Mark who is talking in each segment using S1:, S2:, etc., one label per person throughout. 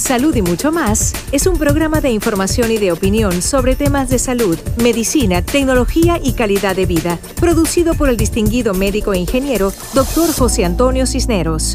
S1: Salud y mucho más es un programa de información y de opinión sobre temas de salud, medicina, tecnología y calidad de vida, producido por el distinguido médico e ingeniero Dr. José Antonio Cisneros.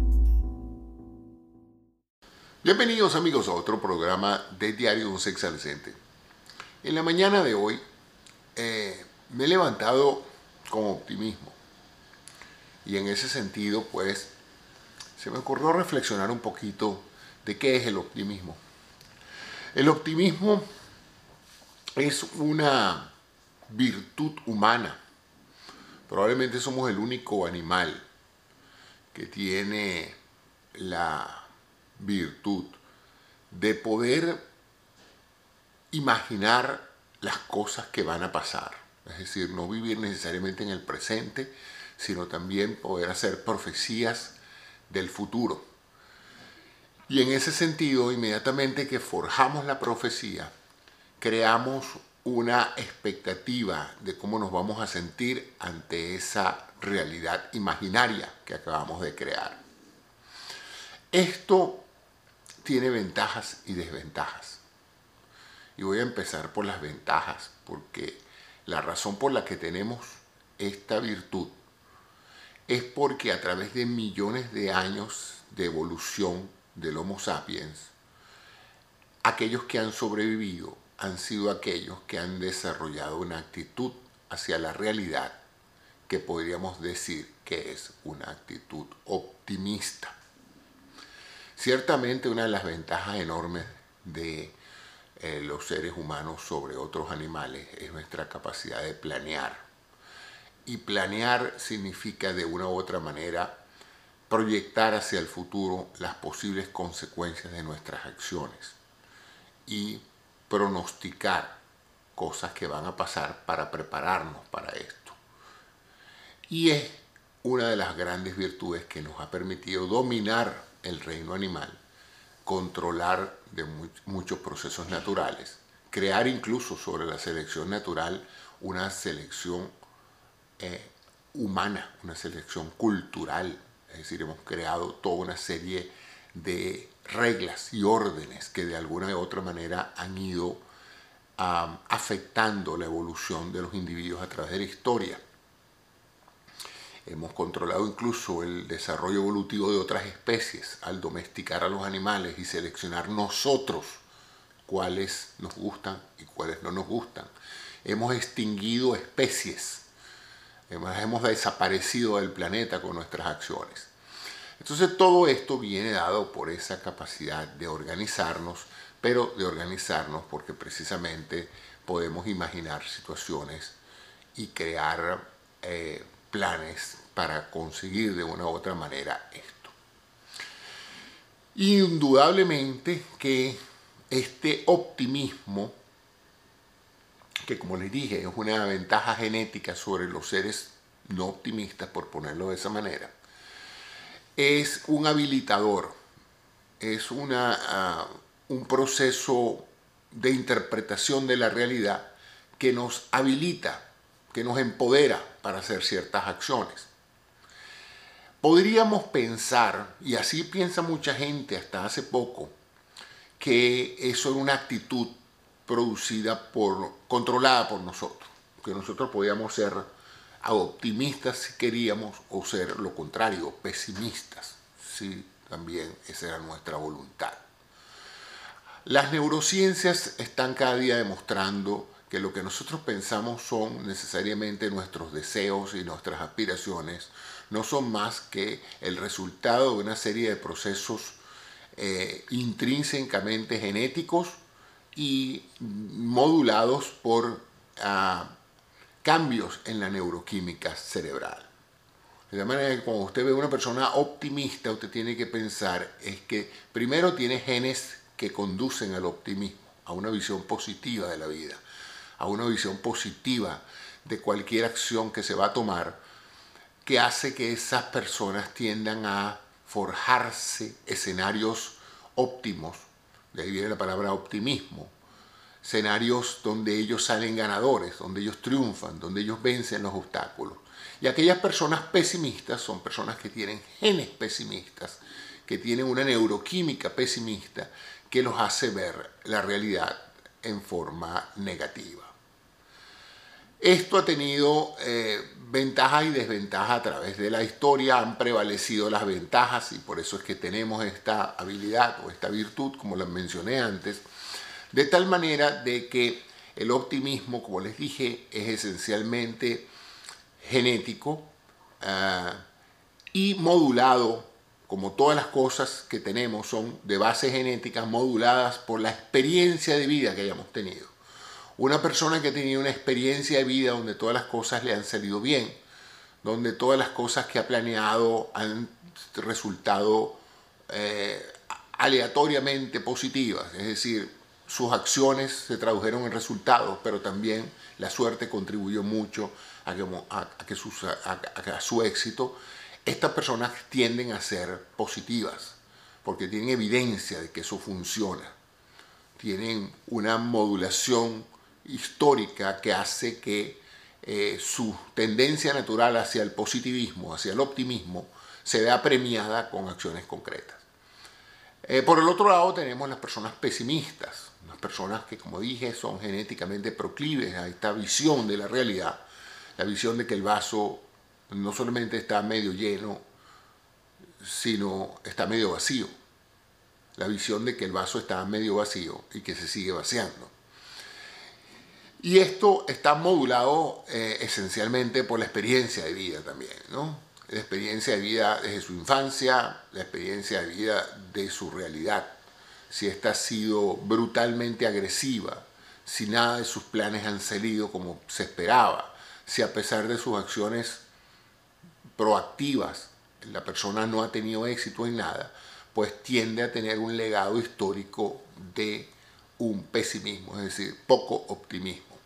S2: Bienvenidos amigos a otro programa de Diario de un Sexalcente. En la mañana de hoy me he levantado con optimismo y en ese sentido pues se me ocurrió reflexionar un poquito de qué es el optimismo. El optimismo es una virtud humana. Probablemente somos el único animal que tiene la virtud de poder imaginar las cosas que van a pasar. Es decir, no vivir necesariamente en el presente, sino también poder hacer profecías del futuro. Y en ese sentido, inmediatamente que forjamos la profecía, creamos una expectativa de cómo nos vamos a sentir ante esa realidad imaginaria que acabamos de crear. Esto tiene ventajas y desventajas. Y voy a empezar por las ventajas, porque la razón por la que tenemos esta virtud es porque a través de millones de años de evolución del Homo sapiens, aquellos que han sobrevivido han sido aquellos que han desarrollado una actitud hacia la realidad que podríamos decir que es una actitud optimista. Ciertamente una de las ventajas enormes de los seres humanos sobre otros animales es nuestra capacidad de planear. Y planear significa de una u otra manera proyectar hacia el futuro las posibles consecuencias de nuestras acciones y pronosticar cosas que van a pasar para prepararnos para esto. Y es una de las grandes virtudes que nos ha permitido dominar el reino animal, controlar de muchos procesos naturales, crear incluso sobre la selección natural una selección humana, una selección cultural. Es decir, hemos creado toda una serie de reglas y órdenes que de alguna u otra manera han ido afectando la evolución de los individuos a través de la historia. Hemos controlado incluso el desarrollo evolutivo de otras especies al domesticar a los animales y seleccionar nosotros cuáles nos gustan y cuáles no nos gustan. Hemos extinguido especies. Hemos desaparecido del planeta con nuestras acciones. Entonces todo esto viene dado por esa capacidad de organizarnos, pero de organizarnos porque precisamente podemos imaginar situaciones y crear planes para conseguir de una u otra manera esto. Indudablemente que este optimismo, que como les dije es una ventaja genética sobre los seres no optimistas, por ponerlo de esa manera, es un habilitador, es un proceso de interpretación de la realidad que nos habilita, que nos empodera para hacer ciertas acciones. Podríamos pensar, y así piensa mucha gente hasta hace poco, que eso es una actitud controlada por nosotros, que nosotros podíamos ser optimistas si queríamos o ser lo contrario, pesimistas, si también esa era nuestra voluntad. Las neurociencias están cada día demostrando que lo que nosotros pensamos son necesariamente nuestros deseos y nuestras aspiraciones, no son más que el resultado de una serie de procesos intrínsecamente genéticos y modulados por cambios en la neuroquímica cerebral. De manera que cuando usted ve a una persona optimista, usted tiene que pensar es que primero tiene genes que conducen al optimismo, a una visión positiva de la vida, a una visión positiva de cualquier acción que se va a tomar, que hace que esas personas tiendan a forjarse escenarios óptimos, de ahí viene la palabra optimismo, escenarios donde ellos salen ganadores, donde ellos triunfan, donde ellos vencen los obstáculos. Y aquellas personas pesimistas son personas que tienen genes pesimistas que tienen una neuroquímica pesimista que los hace ver la realidad en forma negativa. Esto ha tenido ventajas y desventajas a través de la historia. Han prevalecido las ventajas y por eso es que tenemos esta habilidad o esta virtud, como les mencioné antes, de tal manera de que el optimismo, como les dije, es esencialmente genético y modulado, como todas las cosas que tenemos son de base genética, moduladas por la experiencia de vida que hayamos tenido. Una persona que ha tenido una experiencia de vida donde todas las cosas le han salido bien, donde todas las cosas que ha planeado han resultado aleatoriamente positivas, es decir, sus acciones se tradujeron en resultados, pero también la suerte contribuyó mucho a su éxito. Estas personas tienden a ser positivas porque tienen evidencia de que eso funciona. Tienen una modulación histórica que hace que su tendencia natural hacia el positivismo, hacia el optimismo, se vea premiada con acciones concretas. Por el otro lado tenemos las personas pesimistas, las personas que, como dije, son genéticamente proclives a esta visión de la realidad, la visión de que el vaso no solamente está medio lleno, sino está medio vacío. La visión de que el vaso está medio vacío y que se sigue vaciando. Y esto está modulado esencialmente por la experiencia de vida también, ¿no? La experiencia de vida desde su infancia, la experiencia de vida de su realidad. Si esta ha sido brutalmente agresiva, si nada de sus planes han salido como se esperaba, si a pesar de sus acciones proactivas la persona no ha tenido éxito en nada, pues tiende a tener un legado histórico de un pesimismo, es decir, poco optimismo.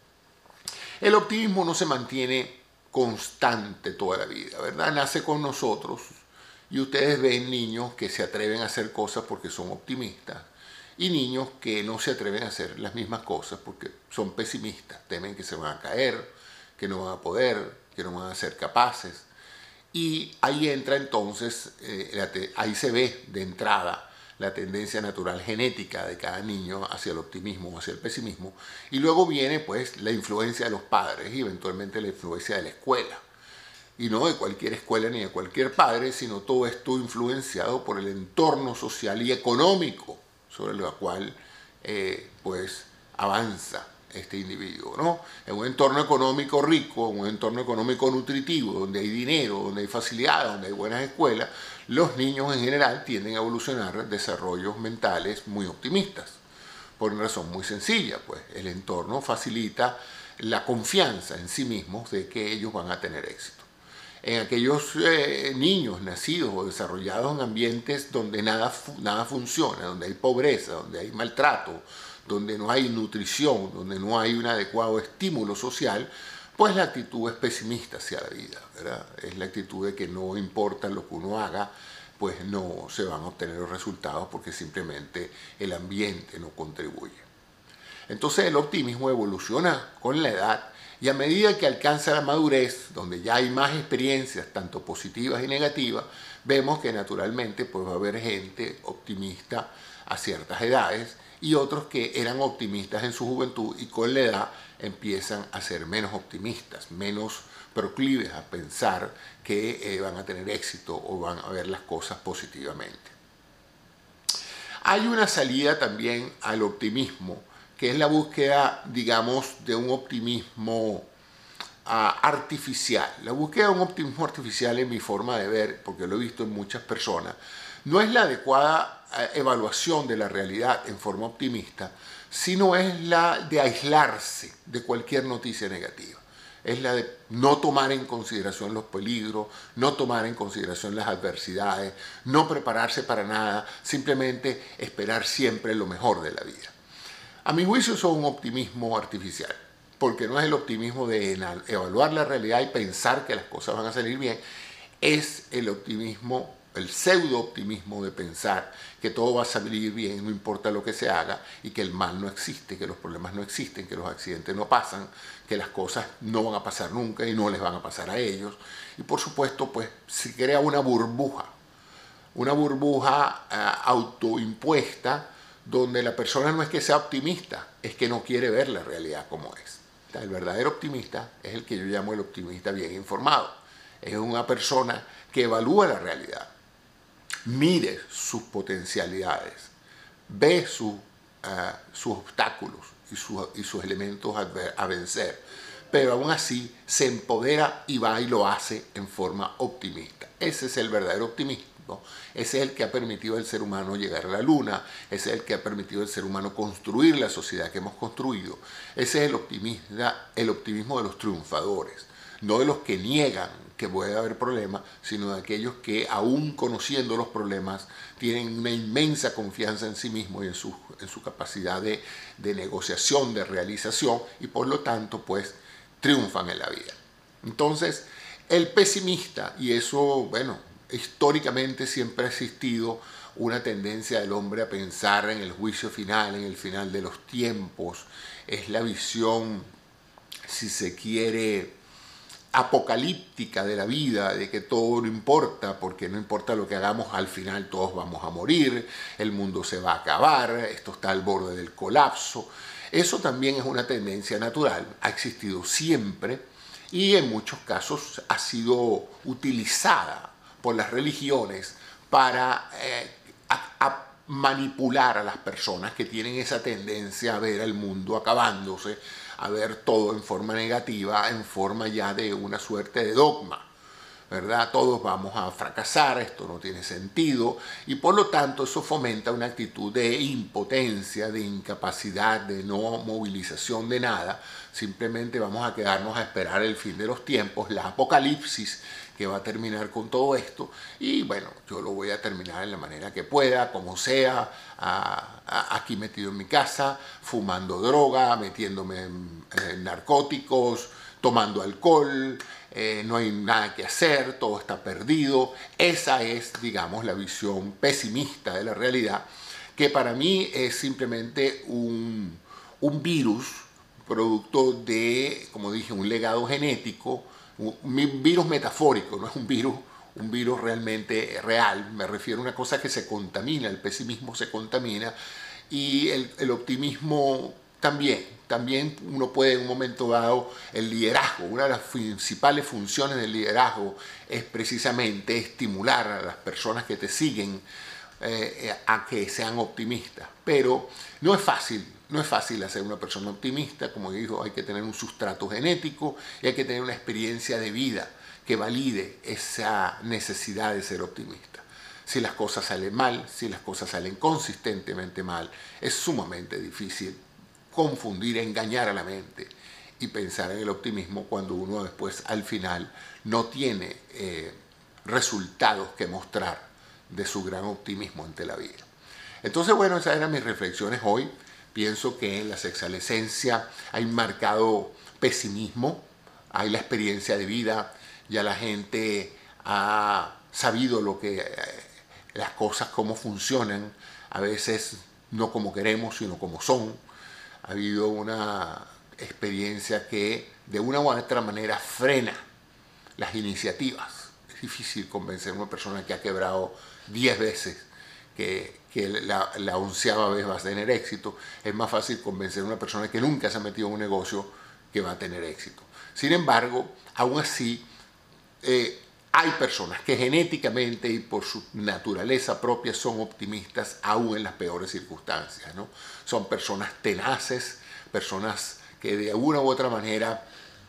S2: El optimismo no se mantiene constante toda la vida, ¿verdad? Nace con nosotros y ustedes ven niños que se atreven a hacer cosas porque son optimistas y niños que no se atreven a hacer las mismas cosas porque son pesimistas, temen que se van a caer, que no van a poder, que no van a ser capaces. Y ahí entra entonces, ahí se ve de entrada la tendencia natural genética de cada niño hacia el optimismo o hacia el pesimismo. Y luego viene pues la influencia de los padres y eventualmente la influencia de la escuela. Y no de cualquier escuela ni de cualquier padre, sino todo esto influenciado por el entorno social y económico sobre el cual pues avanza este individuo, ¿no? En un entorno económico rico, en un entorno económico nutritivo, donde hay dinero, donde hay facilidades, donde hay buenas escuelas, los niños en general tienden a evolucionar desarrollos mentales muy optimistas, por una razón muy sencilla, pues el entorno facilita la confianza en sí mismos de que ellos van a tener éxito. En aquellos niños nacidos o desarrollados en ambientes donde nada funciona, donde hay pobreza, donde hay maltrato, donde no hay nutrición, donde no hay un adecuado estímulo social, pues la actitud es pesimista hacia la vida, ¿verdad? Es la actitud de que no importa lo que uno haga, pues no se van a obtener los resultados porque simplemente el ambiente no contribuye. Entonces el optimismo evoluciona con la edad y a medida que alcanza la madurez, donde ya hay más experiencias, tanto positivas y negativas, vemos que naturalmente pues, va a haber gente optimista a ciertas edades y otros que eran optimistas en su juventud y con la edad empiezan a ser menos optimistas, menos proclives a pensar que van a tener éxito o van a ver las cosas positivamente. Hay una salida también al optimismo, que es la búsqueda, digamos, de un optimismo artificial. La búsqueda de un optimismo artificial, en mi forma de ver, porque lo he visto en muchas personas, no es la adecuada evaluación de la realidad en forma optimista, sino es la de aislarse de cualquier noticia negativa. Es la de no tomar en consideración los peligros, no tomar en consideración las adversidades, no prepararse para nada, simplemente esperar siempre lo mejor de la vida. A mi juicio eso es un optimismo artificial, porque no es el optimismo de evaluar la realidad y pensar que las cosas van a salir bien, es el optimismo, el pseudo-optimismo de pensar que todo va a salir bien, no importa lo que se haga, y que el mal no existe, que los problemas no existen, que los accidentes no pasan, que las cosas no van a pasar nunca y no les van a pasar a ellos. Y por supuesto, pues se crea una burbuja una burbuja autoimpuesta donde la persona no es que sea optimista, es que no quiere ver la realidad como es. El verdadero optimista es el que yo llamo el optimista bien informado. Es una persona que evalúa la realidad, mide sus potencialidades, ve sus obstáculos y sus elementos a vencer, pero aún así se empodera y va y lo hace en forma optimista. Ese es el verdadero optimismo. Ese es el que ha permitido al ser humano llegar a la luna, ese es el que ha permitido al ser humano construir la sociedad que hemos construido. Ese es el optimismo de los triunfadores, no de los que niegan que puede haber problemas, sino de aquellos que, aún conociendo los problemas, tienen una inmensa confianza en sí mismos y en su capacidad de negociación, de realización, y por lo tanto, pues, triunfan en la vida. Entonces, el pesimista, y eso, bueno, históricamente siempre ha existido una tendencia del hombre a pensar en el juicio final, en el final de los tiempos. Es la visión, si se quiere, apocalíptica de la vida, de que todo no importa, porque no importa lo que hagamos, al final todos vamos a morir, el mundo se va a acabar, esto está al borde del colapso. Eso también es una tendencia natural, ha existido siempre y en muchos casos ha sido utilizada por las religiones para manipular a las personas que tienen esa tendencia a ver el mundo acabándose, a ver todo en forma negativa, en forma ya de una suerte de dogma, ¿verdad? Todos vamos a fracasar, esto no tiene sentido, y por lo tanto eso fomenta una actitud de impotencia, de incapacidad, de no movilización de nada. Simplemente vamos a quedarnos a esperar el fin de los tiempos, la apocalipsis, que va a terminar con todo esto, y bueno, yo lo voy a terminar en la manera que pueda, como sea, aquí metido en mi casa, fumando droga, metiéndome en narcóticos, tomando alcohol, no hay nada que hacer, todo está perdido. Esa es, digamos, la visión pesimista de la realidad, que para mí es simplemente un virus, producto de, como dije, un legado genético, un virus metafórico, no es un virus realmente real. Me refiero a una cosa que se contamina, el pesimismo se contamina y el optimismo también uno puede en un momento dado, el liderazgo, una de las principales funciones del liderazgo es precisamente estimular a las personas que te siguen a que sean optimistas, pero no es fácil hacer una persona optimista. Como digo, hay que tener un sustrato genético y hay que tener una experiencia de vida que valide esa necesidad de ser optimista. Si las cosas salen mal, si las cosas salen consistentemente mal, es sumamente difícil confundir, engañar a la mente y pensar en el optimismo cuando uno después, al final, no tiene resultados que mostrar de su gran optimismo ante la vida. Entonces, bueno, esas eran mis reflexiones hoy. Pienso que en la sexalescencia hay un marcado pesimismo, hay la experiencia de vida, ya la gente ha sabido las cosas cómo funcionan, a veces no como queremos, sino como son. Ha habido una experiencia que de una u otra manera frena las iniciativas. Es difícil convencer a una persona que ha quebrado 10 veces que la 11ª vez va a tener éxito. Es más fácil convencer a una persona que nunca se ha metido en un negocio que va a tener éxito. Sin embargo, aún así, hay personas que genéticamente y por su naturaleza propia son optimistas aún en las peores circunstancias, ¿no? Son personas tenaces, personas que de alguna u otra manera,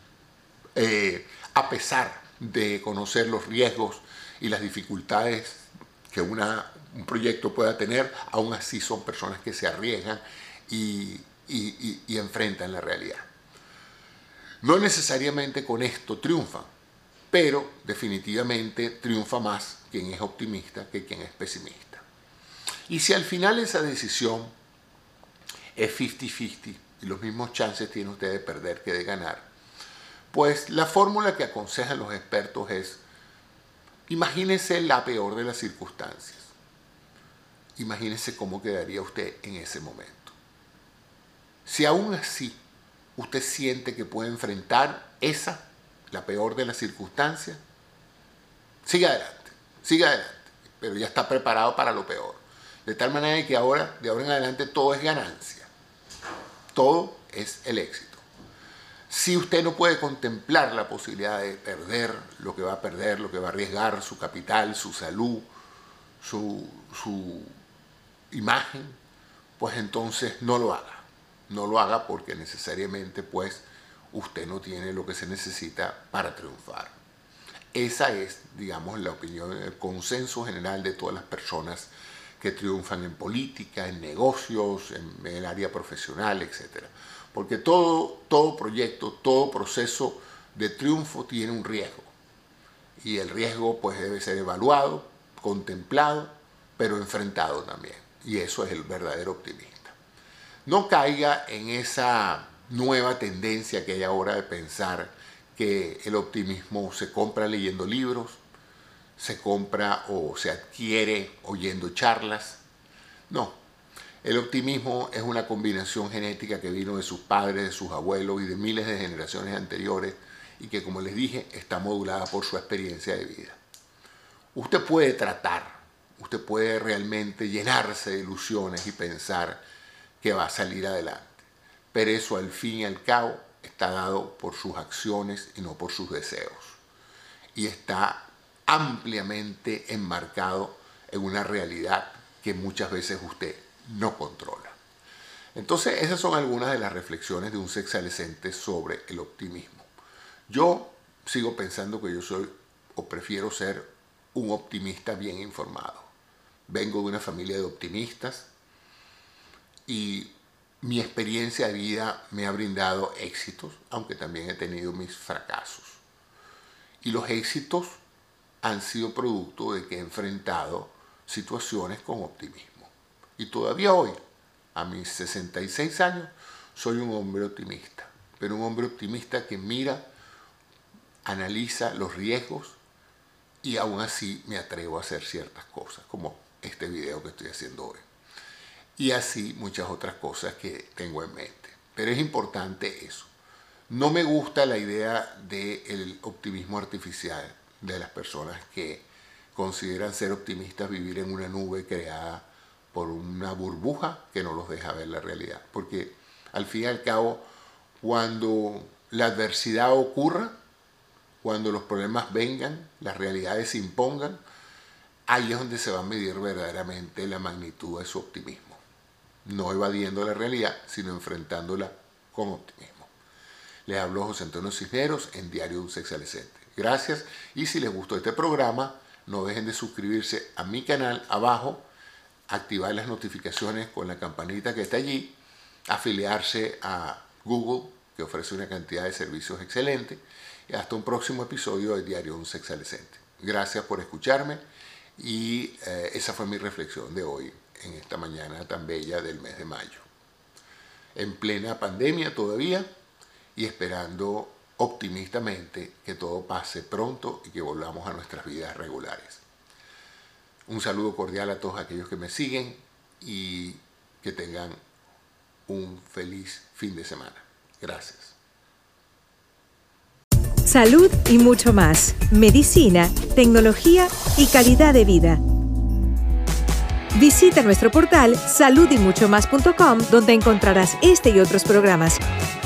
S2: a pesar de conocer los riesgos y las dificultades que un proyecto pueda tener, aún así son personas que se arriesgan y enfrentan la realidad. No necesariamente con esto triunfan, pero definitivamente triunfa más quien es optimista que quien es pesimista. Y si al final esa decisión es 50-50 y los mismos chances tiene usted de perder que de ganar, pues la fórmula que aconsejan los expertos es: imagínese la peor de las circunstancias. Imagínese cómo quedaría usted en ese momento. Si aún así usted siente que puede enfrentar la peor de las circunstancias, siga adelante, pero ya está preparado para lo peor. De tal manera que ahora, de ahora en adelante, todo es ganancia. Todo es el éxito. Si usted no puede contemplar la posibilidad de perder, lo que va a arriesgar, su capital, su salud, su imagen, pues entonces no lo haga. No lo haga porque necesariamente pues usted no tiene lo que se necesita para triunfar. Esa es, digamos, la opinión, el consenso general de todas las personas que triunfan en política, en negocios, en el área profesional, etc. Porque todo proyecto, todo proceso de triunfo tiene un riesgo. Y el riesgo pues debe ser evaluado, contemplado, pero enfrentado también. Y eso es el verdadero optimista. No caiga en esa nueva tendencia que hay ahora de pensar que el optimismo se compra leyendo libros, se compra o se adquiere oyendo charlas. No, el optimismo es una combinación genética que vino de sus padres, de sus abuelos y de miles de generaciones anteriores y que, como les dije, está modulada por su experiencia de vida. Usted puede usted puede realmente llenarse de ilusiones y pensar que va a salir adelante, pero eso al fin y al cabo está dado por sus acciones y no por sus deseos. Y está ampliamente enmarcado en una realidad que muchas veces usted no controla. Entonces, esas son algunas de las reflexiones de un sexalescente sobre el optimismo. Yo sigo pensando que yo soy o prefiero ser un optimista bien informado. Vengo de una familia de optimistas y mi experiencia de vida me ha brindado éxitos, aunque también he tenido mis fracasos. Y los éxitos han sido producto de que he enfrentado situaciones con optimismo. Y todavía hoy, a mis 66 años, soy un hombre optimista. Pero un hombre optimista que mira, analiza los riesgos y aún así me atrevo a hacer ciertas cosas, como este video que estoy haciendo hoy. Y así muchas otras cosas que tengo en mente. Pero es importante eso. No me gusta la idea del optimismo artificial de las personas que consideran ser optimistas vivir en una nube creada por una burbuja que no los deja ver la realidad. Porque al fin y al cabo, cuando la adversidad ocurra, cuando los problemas vengan, las realidades se impongan, ahí es donde se va a medir verdaderamente la magnitud de su optimismo. No evadiendo la realidad, sino enfrentándola con optimismo. Les habló José Antonio Cisneros en Diario de un Sexalescente. Gracias, y si les gustó este programa, no dejen de suscribirse a mi canal abajo, activar las notificaciones con la campanita que está allí, afiliarse a Google, que ofrece una cantidad de servicios excelentes, y hasta un próximo episodio de Diario de un Sexalescente. Gracias por escucharme y esa fue mi reflexión de hoy, en esta mañana tan bella del mes de mayo. En plena pandemia todavía y esperando optimistamente que todo pase pronto y que volvamos a nuestras vidas regulares. Un saludo cordial a todos aquellos que me siguen y que tengan un feliz fin de semana. Gracias.
S1: Salud y mucho más. Medicina, tecnología y calidad de vida. Visita nuestro portal saludymuchomás.com, donde encontrarás este y otros programas.